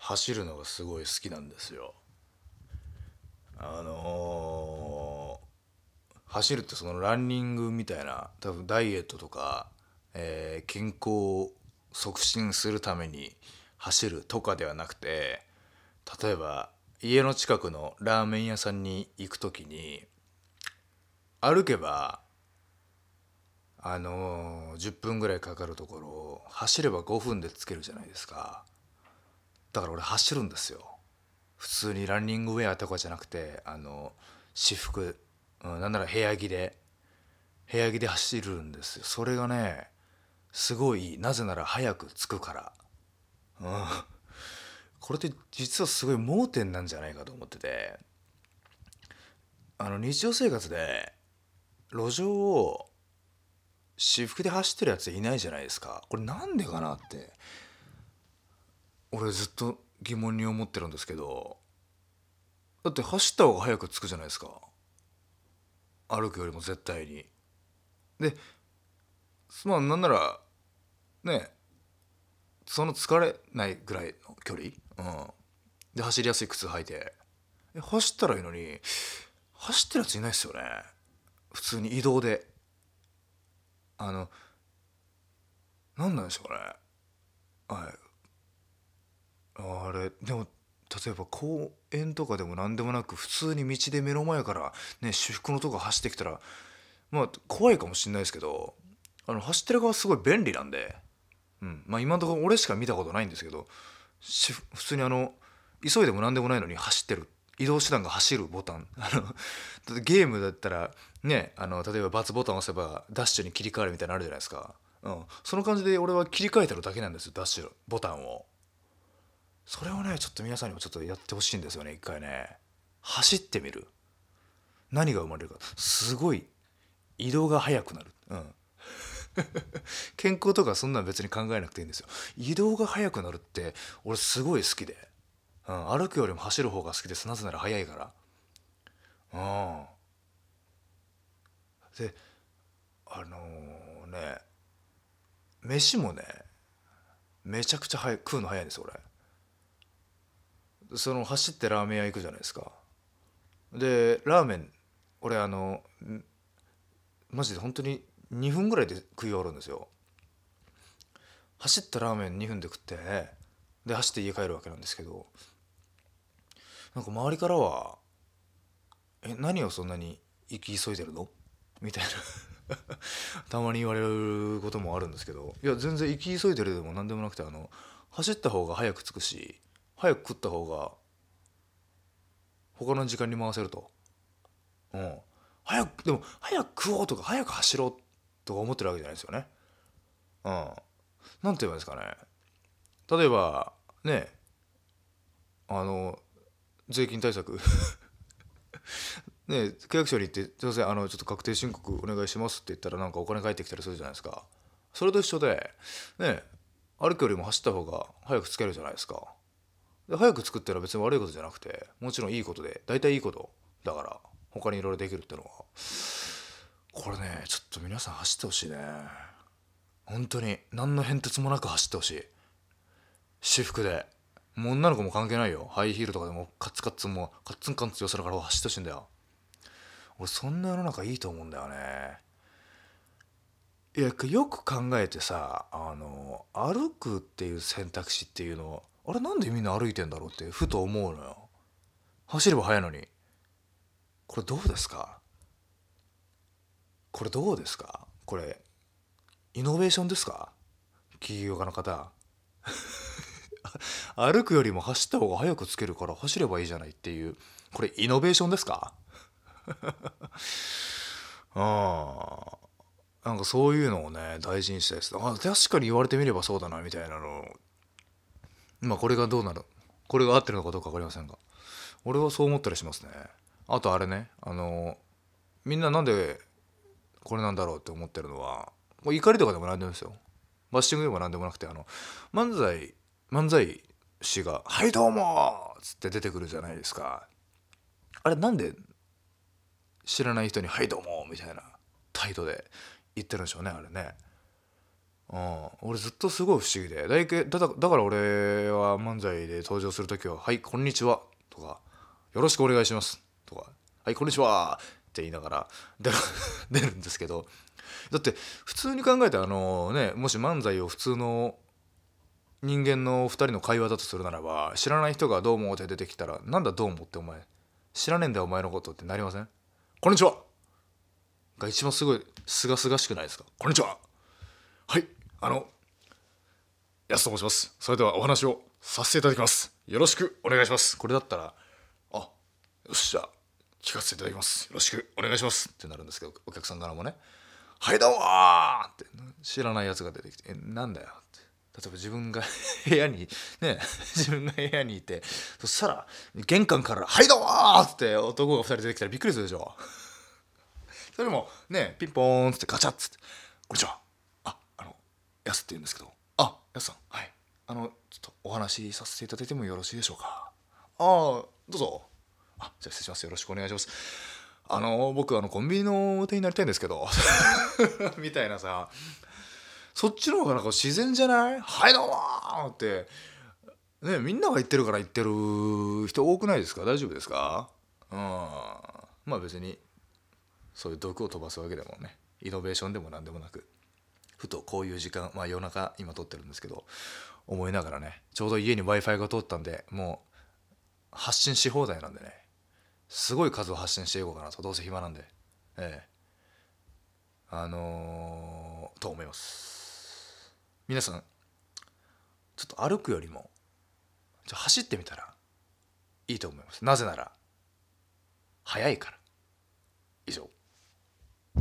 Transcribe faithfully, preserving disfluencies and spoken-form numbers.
走るのがすごい好きなんですよ。あのー走るってそのランニングみたいな多分ダイエットとか、えー健康を促進するために走るとかではなくて、例えば家の近くのラーメン屋さんに行く時に歩けばあのーじゅっぷんぐらいかかるところを走ればごふんでつけるじゃないですか。だから俺走るんですよ。普通にランニングウェアとかじゃなくて、あの私服、うん、なんなら部屋着で部屋着で走るんですよ。それがねすごいいい。なぜなら早く着くから。うん、これって実はすごい盲点なんじゃないかと思ってて、あの日常生活で路上を私服で走ってるやついないじゃないですか。これなんでかなって俺ずっと疑問に思ってるんですけど、だって走った方が早く着くじゃないですか、歩くよりも絶対に。でまあなんならね、その疲れないぐらいの距離、うん、で走りやすい靴履いてえ走ったらいいのに、走ってるやついないっすよね。普通に移動で。あのなんなんでしょうね。はい。あれでも例えば公園とかでも何でもなく普通に道で目の前からね私服のとこ走ってきたらまあ怖いかもしんないですけど、あの走ってる側すごい便利なんで、うん、まあ今のところ俺しか見たことないんですけど、し普通にあの急いでも何でもないのに走ってる、移動手段が走るボタン、あのだってゲームだったらね、あの例えば×ボタンを押せばダッシュに切り替わるみたいなのあるじゃないですか、うん、その感じで俺は切り替えてるだけなんですよ、ダッシュボタンを。それをねちょっと皆さんにもちょっとやってほしいんですよね、一回ね。走ってみる。何が生まれるか、すごい移動が速くなる、うん、健康とかそんなん別に考えなくていいんですよ。移動が速くなるって俺すごい好きで、うん、歩くよりも走る方が好きです。なぜなら速いから。うんであのーね飯もねめちゃくちゃ早い食うの早いんですよ俺。その走ってラーメン屋行くじゃないですか。でラーメン俺あのマジで本当ににふんぐらいで食い終わるんですよ。走ったラーメンにふんで食ってで走って家帰るわけなんですけど、なんか周りからは「え何をそんなに行き急いでるの?」みたいなたまに言われることもあるんですけど、いや全然行き急いでるでも何でもなくて、あの走った方が早く着くし早く食った方が他の時間に回せると。うん、早くでも早く食おうとか早く走ろうとか思ってるわけじゃないですよね。うん、なんて言うんですかね。例えばね、あの税金対策ね、区役所に行って「すいません、あのちょっと確定申告お願いします」って言ったらなんかお金返ってきたりするじゃないですか。それと一緒でね、歩くよりも走った方が早く着けるじゃないですか。で早く着くってのは別に悪いことじゃなくてもちろんいいことで大体いいことだから、他にいろいろできるってのはこれね、ちょっと皆さん走ってほしいね。本当に何の変哲もなく走ってほしい。私服でもう女の子も関係ないよ、ハイヒールとかでもカッツカッツンもカッツンカッツン寄せながら走ってほしいんだよ。俺そんな世の中いいと思うんだよね。いやよく考えてさ、あの歩くっていう選択肢っていうのあれなんでみんな歩いてんだろうってふと思うのよ。走れば速いのに。これどうですか、これどうですかこれイノベーションですか、起業家の方。歩くよりも走った方が速くつけるから走ればいいじゃないっていう、これイノベーションですか。ああ、なんかそういうのをね大事にしたいです。あ、確かに言われてみればそうだなみたいなの。まあこれがどうなる、これが合ってるのかどうか分かりませんが俺はそう思ったりしますね。あとあれね、あのみんななんでこれなんだろうって思ってるのはもう怒りとかでも何でもですよ。バッシングでも何でもなくて、あの漫才漫才師が「はいどうも!」っつって出てくるじゃないですか。あれなんで知らない人に「はいどうも!」みたいな態度で言ってるんでしょうね、あれね。 うん、俺ずっとすごい不思議で、だいだだだから俺は漫才で登場する時は「はいこんにちは」とか「よろしくお願いします」とか「はいこんにちは」って言いながら出る出るんですけど、だって普通に考えてあのね、もし漫才を普通の人間のふたりの会話だとするならば、知らない人が「どうも」って出てきたら「なんだどうもってお前知らねえんだよお前のこと」ってなりません？こんにちはが一番すごいすがすがしくないですか？こんにちは、はいあのやすと申します。それではお話をさせていただきます。よろしくお願いします。これだったら、あ、よしじゃあ聞かせていただきます。よろしくお願いしますってなるんですけど、お客さんからもね、はいどうもーって知らないやつが出てきて、えなんだよって。例えば自分が部屋にね自分が部屋にいて、そしたら玄関から「はいどうもー!」って男がふたり出てきたらびっくりするでしょ。それもねピンポーンっつってガチャッつって「こんにちは、ああのやすって言うんですけど、あやすさん、はい、あのちょっとお話しさせていただいてもよろしいでしょうか？ああどうぞ、あじゃあ失礼します、よろしくお願いします。あの僕あのコンビニの店員になりたいんですけどみたいなさ、そっちの方がなんか自然じゃない？はいどうもーってね、みんなが言ってるから言ってる人多くないですか？大丈夫ですか？うん、まあ別にそういう毒を飛ばすわけでもね、イノベーションでも何でもなく、ふとこういう時間、まあ夜中今撮ってるんですけど思いながらね、ちょうど家に w i f i が通ったんで、もう発信し放題なんでね、すごい数を発信していこうかなと、どうせ暇なんで、ええあのー、と思います。皆さんちょっと歩くよりもちょ走ってみたらいいと思います。なぜなら速いから。以上。